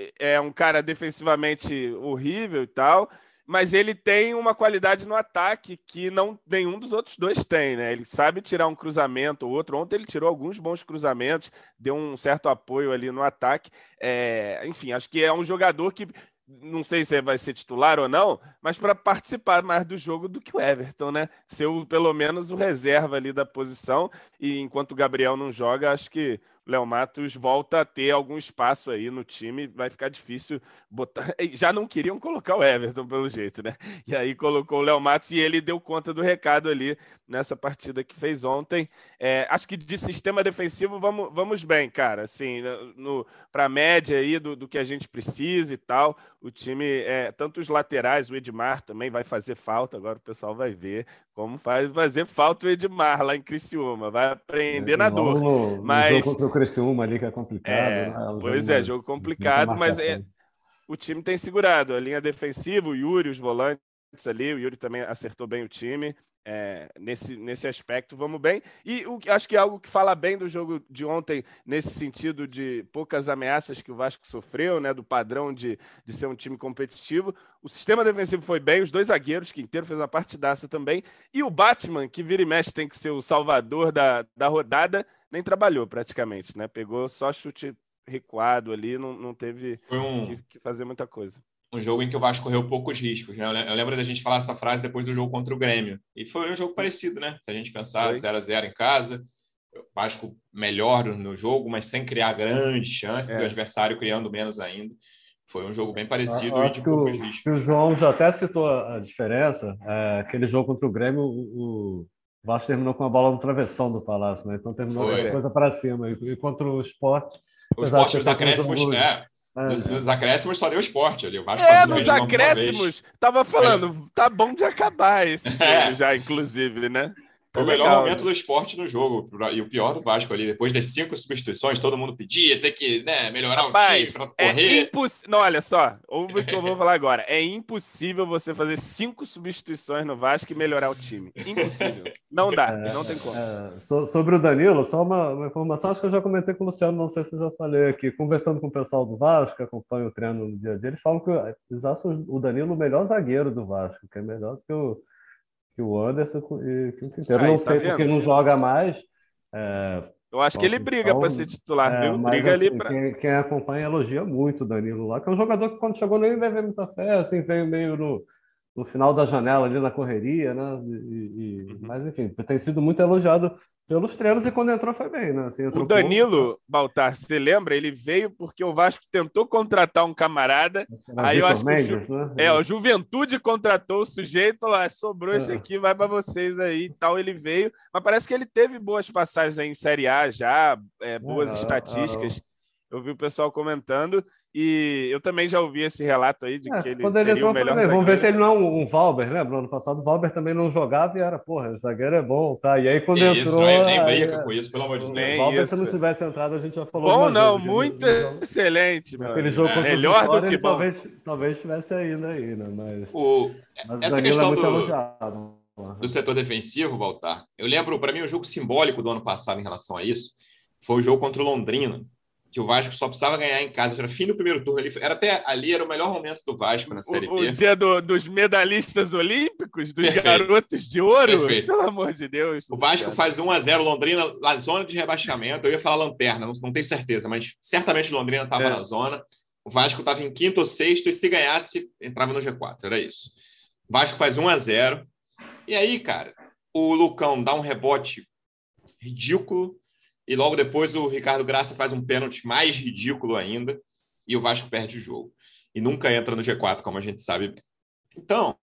é um cara defensivamente horrível e tal, mas ele tem uma qualidade no ataque que não nenhum dos outros dois tem, né? Ele sabe tirar um cruzamento ou outro. Ontem ele tirou alguns bons cruzamentos, deu um certo apoio ali no ataque. É, enfim, acho que é um jogador que... não sei se vai ser titular ou não, mas para participar mais do jogo do que o Everton, né? Ser o, pelo menos o reserva ali da posição, e enquanto o Gabriel não joga, acho que o Léo Matos volta a ter algum espaço aí no time, vai ficar difícil botar... Já não queriam colocar o Everton, pelo jeito, né? E aí colocou o Léo Matos e ele deu conta do recado ali nessa partida que fez ontem. É, acho que de sistema defensivo vamos, vamos bem, cara, assim, para a média aí do, do que a gente precisa e tal. O time, é, tanto os laterais, o Edmar também vai fazer falta, agora o pessoal vai ver como faz fazer falta o Edmar lá em Criciúma, vai aprender É, na igual dor. no, Mas, no jogo contra o Criciúma ali, que é complicado, é, né? É um jogo pois é, mais, jogo muita complicado, mas é, marcação. o time tem segurado. A linha defensiva, o Yuri, os volantes ali, o Yuri também acertou bem o time. É, nesse, nesse aspecto, vamos bem. E o, acho que algo que fala bem do jogo de ontem, nesse sentido de poucas ameaças que o Vasco sofreu, né, do padrão de, de ser um time competitivo. O sistema defensivo foi bem, os dois zagueiros, Quinteiro fez uma partidaça também, e o Batman, que vira e mexe tem que ser o salvador da, da rodada, nem trabalhou praticamente, né? Pegou só chute recuado ali, não, não teve um... que, que fazer muita coisa. Um jogo em que o Vasco correu poucos riscos, né? Eu lembro da gente falar essa frase depois do jogo contra o Grêmio. E foi um jogo parecido, né? Se a gente pensar zero a zero em casa, o Vasco melhor no jogo, mas sem criar grandes chances, é. O adversário criando menos ainda. Foi um jogo bem parecido eu e de poucos o, riscos. Que o João já até citou a diferença. É, aquele jogo contra o Grêmio, o, o Vasco terminou com a bola no travessão do Palácio, né? Então terminou com essa coisa para cima. E, e contra o Sport... O Sport, os acréscimos, um é... Nos, nos acréscimos só deu esporte ali. O Vasco é, nos acréscimos, tava falando, tá bom de acabar esse jogo é. já, inclusive, né? Foi o melhor momento, né, do esporte no jogo. E o pior do Vasco ali, depois das cinco substituições, todo mundo pedia, ter que, né, melhorar Rapaz, o time para correr. É impossível. Não, olha só, ouve o que eu vou falar agora. É impossível você fazer cinco substituições no Vasco e melhorar o time. Impossível. Não dá, é, não tem como. É, sobre o Danilo, só uma, uma informação, acho que eu já comentei com o Luciano, não sei se eu já falei aqui, conversando com o pessoal do Vasco, que acompanha o treino no dia a dia, eles falam que eles acham o Danilo o melhor zagueiro do Vasco, que é melhor do que o que o Anderson e que o Quinteiro. Aí, não tá sei vendo? Porque não joga mais. É, eu acho que ele briga então, para ser titular, é, viu? Mas, briga assim, ali pra... quem, quem acompanha elogia muito o Danilo lá, que é um jogador que quando chegou nem veio muita fé, assim, veio meio no, no final da janela ali na correria, né? E, e, uhum. Mas enfim, tem sido muito elogiado pelos treinos e quando entrou foi bem, né? Assim, o Danilo, pouco, Baltar, você lembra? Ele veio porque o Vasco tentou contratar um camarada, aí eu acho que o, Ju... né? é, o Juventude contratou o sujeito, lá sobrou é. esse aqui, vai para vocês aí e tal, ele veio, mas parece que ele teve boas passagens aí em Série A já, é, boas é, estatísticas, é, eu vi o pessoal comentando, e eu também já ouvi esse relato aí de é, que ele quando seria ele entrou, o melhor falei, zagueiro. Vamos ver se ele não é um, um Valber, né? No ano passado o Valber também não jogava e era, porra, o zagueiro é bom, tá? E aí quando que entrou... Isso, nem aí, brinca com isso, pelo amor de Deus. O Valber, se não tivesse entrado, a gente já falou... Bom não, muito no, excelente, meu Aquele jogo é, contra melhor Vitória, do que ele bom. Talvez, talvez estivesse ainda aí, né? Mas, o, mas essa o questão é muito do, elogiado. do setor defensivo, Baltar, eu lembro, para mim, um jogo simbólico do ano passado em relação a isso foi o jogo contra o Londrina, que o Vasco só precisava ganhar em casa. Era fim do primeiro turno. Ali, era até ali era o melhor momento do Vasco na Série o, B. O dia do, dos medalhistas olímpicos, dos Perfeito. garotos de ouro. Perfeito. Pelo amor de Deus. O Vasco faz um a zero, Londrina na zona de rebaixamento. Eu ia falar lanterna, não, não tenho certeza, mas certamente Londrina estava é. na zona. O Vasco estava em quinto ou sexto e se ganhasse, entrava no G quatro. Era isso. O Vasco faz um a zero. E aí, cara, o Lucão dá um rebote ridículo. E logo depois o Ricardo Graça faz um pênalti mais ridículo ainda e o Vasco perde o jogo. E nunca entra no G quatro, como a gente sabe bem. Então,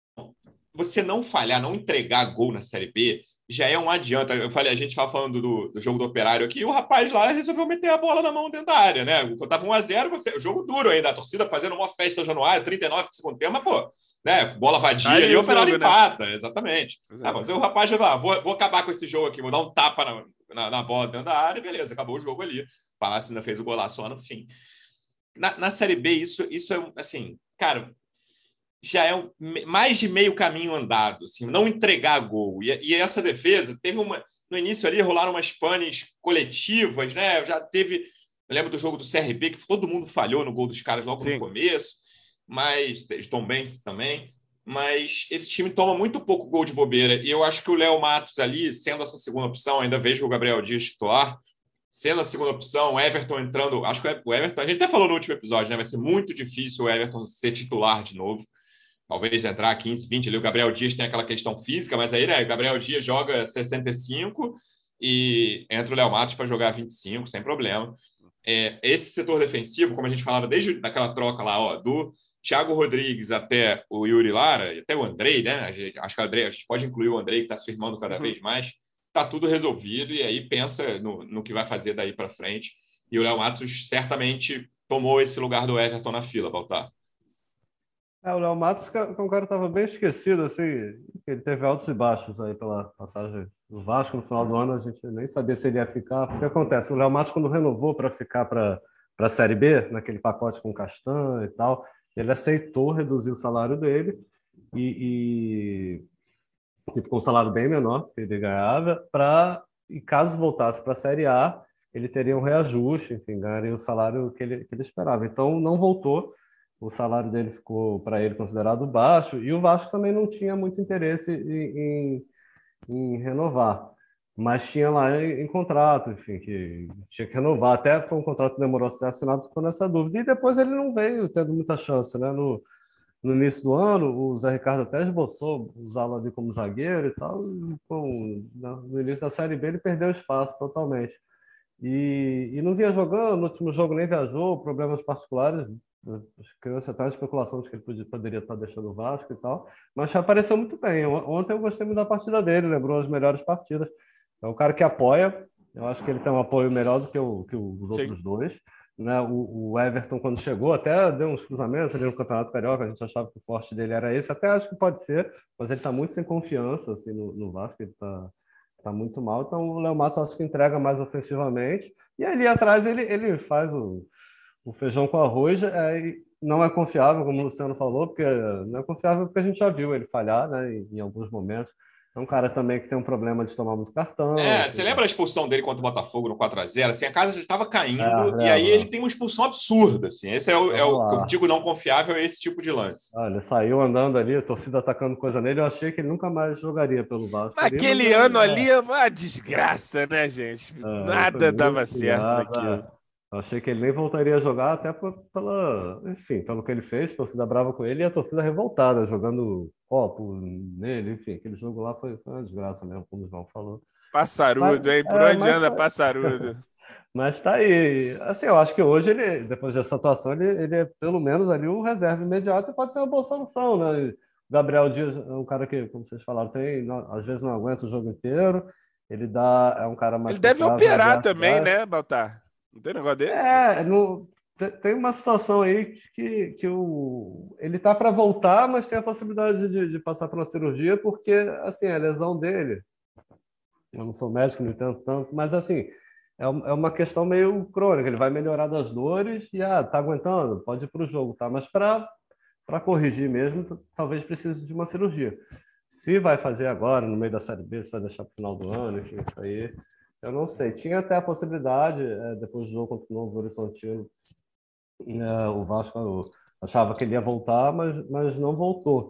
você não falhar, não entregar gol na Série B, já é um adianta. Eu falei, a gente estava falando do, do jogo do Operário aqui, e o rapaz lá resolveu meter a bola na mão dentro da área, né? Quando estava um a zero, você, o jogo duro ainda, a torcida fazendo uma festa januária, trinta e nove do segundo tempo, mas, pô, né? Bola vadia aí e o Operário jogo, empata, né? Exatamente. Ah, mas o rapaz já vai, vou, vou acabar com esse jogo aqui, vou dar um tapa na... Na, na bola dentro da área, beleza, acabou o jogo ali. O Palácio ainda fez o golaço lá no fim. Na, na Série B, isso, isso é, assim, cara, já é um, mais de meio caminho andado, assim, não entregar gol. E, e essa defesa, teve uma... No início ali, rolaram umas panes coletivas, né? Já teve... Eu lembro do jogo do C R B, que todo mundo falhou no gol dos caras logo Sim. no começo, mas... Tom Benz também... Mas esse time toma muito pouco gol de bobeira. E eu acho que o Léo Matos ali, sendo essa segunda opção, ainda vejo o Gabriel Dias titular, sendo a segunda opção, o Everton entrando... Acho que o Everton... A gente até falou no último episódio, né? Vai ser muito difícil o Everton ser titular de novo. Talvez entrar quinze, vinte ali. O Gabriel Dias tem aquela questão física, mas aí, né? O Gabriel Dias joga sessenta e cinco e entra o Léo Matos para jogar vinte e cinco, sem problema. É, esse setor defensivo, como a gente falava desde aquela troca lá, ó, do... Thiago Rodrigues até o Yuri Lara, e até o Andrei, né? A gente, acho que o Andrei, a gente pode incluir o Andrei, que está se firmando cada uhum. vez mais. Está tudo resolvido, e aí pensa no, no que vai fazer daí para frente. E o Léo Matos certamente tomou esse lugar do Everton na fila, Baltar. É, o Léo Matos, que é um cara que estava bem esquecido, assim, ele teve altos e baixos aí pela passagem do Vasco. No final do ano, a gente nem sabia se ele ia ficar. O que acontece? O Léo Matos, quando renovou para ficar para a Série B, naquele pacote com o Castan e tal, ele aceitou reduzir o salário dele e, que ficou um salário bem menor que ele ganhava, para, e caso voltasse para a Série A, ele teria um reajuste, enfim, ganharia o salário que ele, que ele esperava. Então, não voltou, o salário dele ficou, para ele, considerado baixo, e o Vasco também não tinha muito interesse em, em, em renovar. Mas tinha lá em, em contrato, enfim, que tinha que renovar. Até foi um contrato que demorou a ser assinado, ficou nessa dúvida. E depois ele não veio tendo muita chance, né? No, no início do ano, o Zé Ricardo até esboçou usá-lo ali como zagueiro e tal. E, com, no início da Série B ele perdeu espaço totalmente. E, e não vinha jogando, no último jogo nem viajou, problemas particulares. Criou-se até a especulação de que ele podia, poderia estar deixando o Vasco e tal. Mas já apareceu muito bem. Ontem eu gostei muito da partida dele, lembrou as melhores partidas. É um cara que apoia. Eu acho que ele tem um apoio melhor do que, o, que os outros Sim. dois. Né? O, o Everton, quando chegou, até deu uns cruzamentos ali no Campeonato Carioca. A gente achava que o forte dele era esse. Até acho que pode ser, mas ele está muito sem confiança assim, no, no Vasco. Ele está tá muito mal. Então o Léo Matos acho que entrega mais ofensivamente. E ali atrás ele, ele faz o, o feijão com arroz. É, não é confiável, como o Luciano falou, porque não é confiável porque a gente já viu ele falhar, né, em, em alguns momentos. É um cara também que tem um problema de tomar muito cartão. É, assim. Você lembra a expulsão dele contra o Botafogo no quatro a zero? Assim, a casa já estava caindo é, e aí é, ele tem uma expulsão absurda. Assim. Esse é o, é o que eu digo não confiável, é esse tipo de lance. Ah, ele saiu andando ali, a torcida atacando coisa nele. Eu achei que ele nunca mais jogaria pelo Vasco. Naquele ali, ano é... ali, é uma desgraça, né, gente? É, Nada dava certo naquilo. Eu achei que ele nem voltaria a jogar, até pela, enfim, pelo que ele fez, a torcida brava com ele e a torcida revoltada, jogando copo nele, enfim, aquele jogo lá foi, foi uma desgraça mesmo, como o João falou. Passarudo, mas, hein? Por é, onde anda tá... passarudo? Mas tá aí. Assim, eu acho que hoje, ele, depois dessa atuação, ele, ele é pelo menos ali o reserva imediato e pode ser uma boa solução, né? O Gabriel Dias é um cara que, como vocês falaram, tem, não, às vezes não aguenta o jogo inteiro, ele dá, é um cara mais... Ele deve operar também, né, Baltar? Não tem negócio desse? É, no, tem uma situação aí que, que o, ele tá para voltar, mas tem a possibilidade de, de passar por uma cirurgia, porque, assim, a lesão dele, eu não sou médico, não entendo tanto, mas, assim, é, é uma questão meio crônica, ele vai melhorar das dores e, ah, tá aguentando, pode ir para o jogo, tá? Mas para para corrigir mesmo, talvez precise de uma cirurgia. Se vai fazer agora, no meio da Série B, se vai deixar para o final do ano, enfim, isso aí... Eu não sei. Tinha até a possibilidade, é, depois do jogo contra o Novo Horizontino, é, o Vasco eu achava que ele ia voltar, mas, mas não voltou.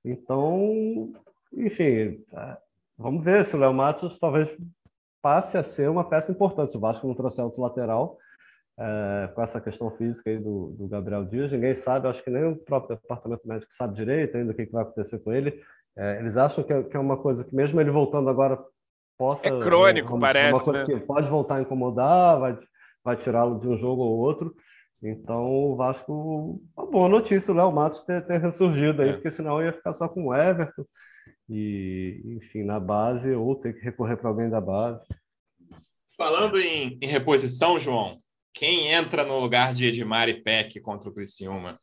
Então, enfim, é, vamos ver se o Léo Matos talvez passe a ser uma peça importante. Se o Vasco não trouxer outro lateral, é, com essa questão física aí do, do Gabriel Dias, ninguém sabe, acho que nem o próprio departamento médico sabe direito ainda o que, que vai acontecer com ele. É, eles acham que é, que é uma coisa que, mesmo ele voltando agora, possa, é crônico, né, parece, uma coisa, né? Que pode voltar a incomodar, vai, vai tirá-lo de um jogo ou outro. Então, o Vasco, uma boa notícia o Léo Matos ter, ter ressurgido aí, é. Porque senão ia ficar só com o Everton e, enfim, na base, ou ter que recorrer para alguém da base. Falando em, em reposição, João, quem entra no lugar de Edmar e Peck contra o Criciúma?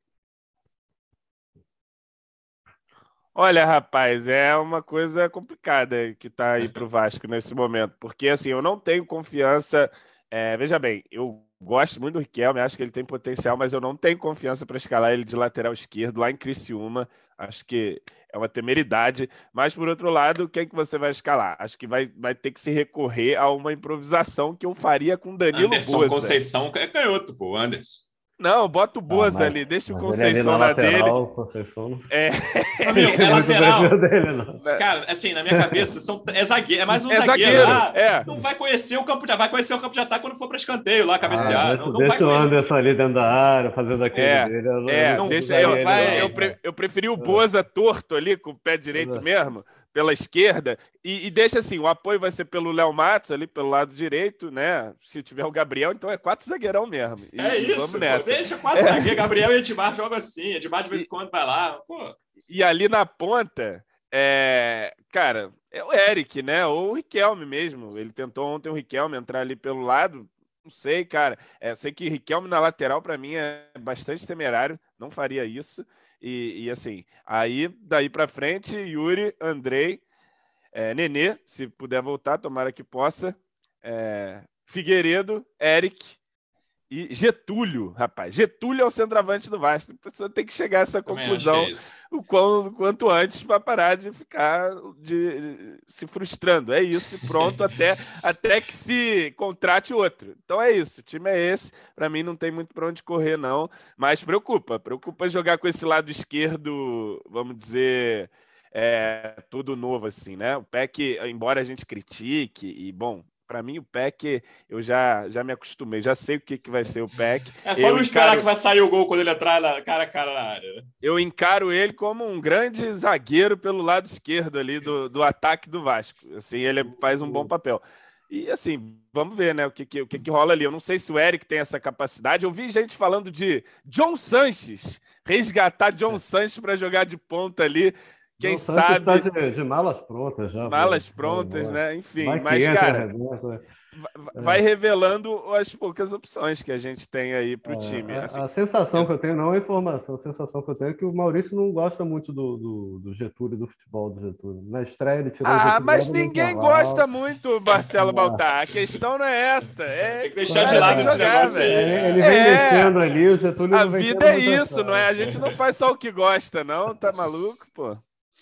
Olha, rapaz, é uma coisa complicada que está aí para o Vasco nesse momento, porque assim, eu não tenho confiança. É, veja bem, eu gosto muito do Riquelme, acho que ele tem potencial, mas eu não tenho confiança para escalar ele de lateral esquerdo lá em Criciúma. Acho que é uma temeridade. Mas, por outro lado, quem que você vai escalar? Acho que vai, vai ter que se recorrer a uma improvisação que eu faria com Danilo Anderson Boza. Conceição é canhoto, pô, Anderson. Não, bota o Boza ah, ali, deixa o Conceição na, na lateral, dele. Conceição... É, Amigo, é lateral. Dele, Cara, assim, na minha cabeça, são... é zagueiro, é mais um é zagueiro. zagueiro Ah, é. Não vai conhecer o campo de vai conhecer o campo de ataque quando for para escanteio lá, cabecear. Ah, não, não deixa vai o Anderson ali dentro da área, fazendo aquele é, dele. Eu é, não deixa, eu, ele, vai, eu, pre, eu preferi o Boza torto ali, com o pé direito mesmo, pela esquerda, e, e deixa assim, o apoio vai ser pelo Léo Matos, ali pelo lado direito, né? Se tiver o Gabriel, então é quatro zagueirão mesmo. E, é isso, vamos nessa. Pô, deixa quatro é. zagueiros, Gabriel e Edmar jogam assim, Edmar de vez em quando vai lá, pô. E ali na ponta, é, cara, é o Eric, né? Ou o Riquelme mesmo. Ele tentou ontem o Riquelme entrar ali pelo lado. Não sei, cara. É, eu sei que Riquelme na lateral, para mim, é bastante temerário. Não faria isso. E, e assim, aí, daí para frente, Yuri, Andrei, é, Nenê, se puder voltar, tomara que possa. É, Figueiredo, Eric e Getúlio, rapaz. Getúlio é o centroavante do Vasco. A pessoa tem que chegar a essa conclusão é o quanto, quanto antes para parar de ficar de, de, se frustrando. É isso, pronto, até, até que se contrate outro. Então é isso, o time é esse. Para mim não tem muito para onde correr, não. Mas preocupa, preocupa jogar com esse lado esquerdo, vamos dizer, é, todo novo, assim, né? O Peck, embora a gente critique, e bom. Para mim, o Peck, eu já, já me acostumei, já sei o que, que vai ser o Peck. É só eu não esperar encaro... que vai sair o gol quando ele entrar na, cara a cara na área. Eu encaro ele como um grande zagueiro pelo lado esquerdo ali do, do ataque do Vasco. Assim, ele faz um bom papel. E assim, vamos ver, né, o que, que, o que, que rola ali. Eu não sei se o Eric tem essa capacidade. Eu vi gente falando de John Sanches, resgatar John Sanches para jogar de ponta ali. Quem sabe... Tá de, de malas prontas já. Malas pô, prontas, pô, né? Enfim, vai mas, entra, cara, vai, vai é. revelando as poucas opções que a gente tem aí para o é, time. A, assim, a sensação eu... que eu tenho, não é informação, a sensação que eu tenho é que o Maurício não gosta muito do, do, do Getúlio, do futebol do Getúlio. Na estreia ele tirou ah, o Getúlio. Ah, mas ninguém gosta muito, Marcelo Baltar. A questão não é essa. É tem que deixar de lado esse negócio aí. Ele, ele vem é. descendo ali, o Getúlio A não vem vida é isso, não é? A gente não faz só o que gosta, não. Tá maluco, pô?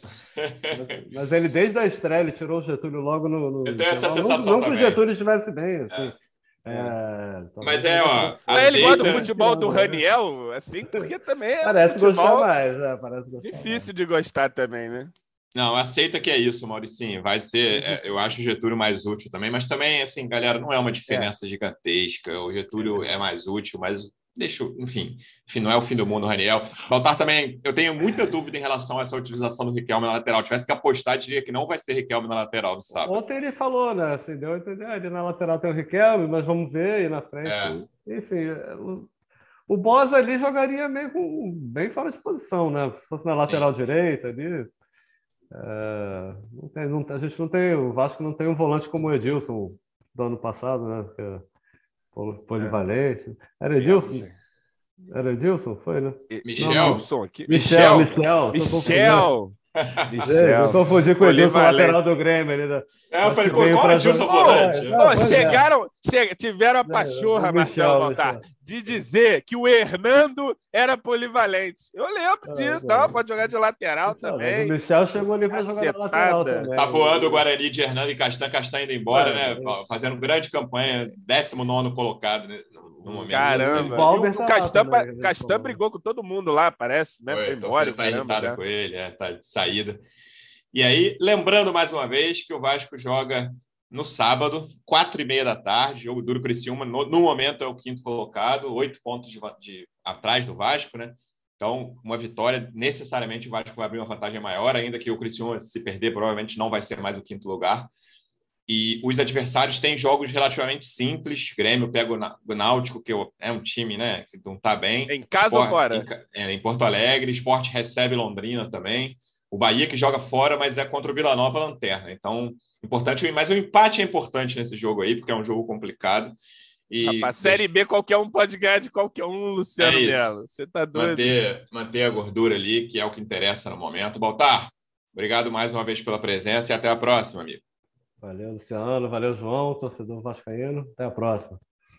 Mas, mas ele, desde a estreia, ele tirou o Getúlio logo no... no eu tenho essa não, sensação não também. Não que o Getúlio estivesse bem, assim. É. É, mas é, ó... Mas ele gosta do futebol do Raniel, assim, porque também é parece gostar mais, é, parece gostar difícil mais. de gostar também, né? Não, aceita que é isso, Mauricinho. Vai ser... É, eu acho o Getúlio mais útil também, mas também, assim, galera, não é uma diferença é. gigantesca. O Getúlio é mais útil, mas... Deixa, enfim, enfim, não é o fim do mundo, Raniel. Baltar também, eu tenho muita dúvida em relação a essa utilização do Riquelme na lateral. Tivesse que apostar, diria que não vai ser Riquelme na lateral no sábado. Ontem ele falou, né? Assim, deu a entender, ali na lateral tem o Riquelme, mas vamos ver aí na frente. É. Enfim, o, o Bosa ali jogaria meio com, bem fora de posição, né? Se fosse na lateral Sim. direita ali. É, não tem, não, a gente não tem, o Vasco não tem um volante como o Edilson do ano passado, né? Que, polivalente. Era Edilson? Era Edilson? Foi, né? Michel. Não, Michel. Michel. Michel. Michel. Michel. Eu confundi com o Edilson, lateral do Grêmio. Ali da... É, eu falei, qual é o Edilson volante? Chegaram, che... tiveram a pachorra, é, Marcelo Baltar, de dizer que o Hernando era polivalente. Eu lembro disso, é, não, pode jogar de lateral não, também. O Michel chegou ali para jogar de lateral também. Tá voando o Guarani de Hernando e Castan, Castan indo embora, é, né? É. Fazendo grande campanha, décimo nono colocado, né? No momento. Caramba, o, o Castan, né? Castan brigou com todo mundo lá, parece, né? Foi, Foi embora. Tá irritado já. com ele, é, tá de saída. E aí, lembrando mais uma vez que o Vasco joga no sábado, quatro e meia da tarde, jogo duro Criciúma, no, no momento é o quinto colocado, oito pontos de, de, atrás do Vasco, né? Então, uma vitória, necessariamente o Vasco vai abrir uma vantagem maior, ainda que o Criciúma, se perder, provavelmente não vai ser mais o quinto lugar. E os adversários têm jogos relativamente simples. Grêmio pega o Náutico, que é um time, né, que não está bem. Em casa Sport, ou fora? Em, é, em Porto Alegre. Sport recebe Londrina também. O Bahia que joga fora, mas é contra o Vila Nova Lanterna. Então, importante. Mas o empate é importante nesse jogo aí, porque é um jogo complicado. E Rapaz, Série B qualquer um pode ganhar de qualquer um, Luciano é Melo. Você tá doido? Manter, manter a gordura ali, que é o que interessa no momento. Baltar, obrigado mais uma vez pela presença e até a próxima, amigo. Valeu, Luciano. Valeu, João, torcedor vascaíno. Até a próxima.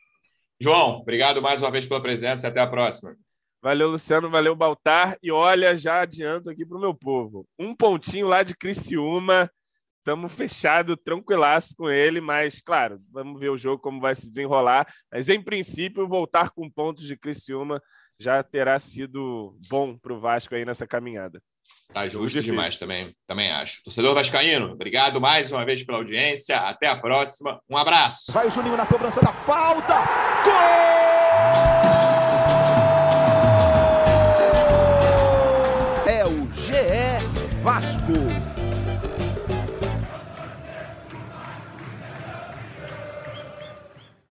João, obrigado mais uma vez pela presença e até a próxima. Valeu, Luciano. Valeu, Baltar. E olha, já adianto aqui para o meu povo. Um pontinho lá de Criciúma. Estamos fechados, tranquilaço com ele, mas, claro, vamos ver o jogo como vai se desenrolar. Mas, em princípio, voltar com pontos de Criciúma já terá sido bom para o Vasco aí nessa caminhada. Tá justo demais também, também acho. Torcedor vascaíno, obrigado mais uma vez pela audiência. Até a próxima. Um abraço. Vai o Juninho na cobrança da falta. Gol! É o G E Vasco.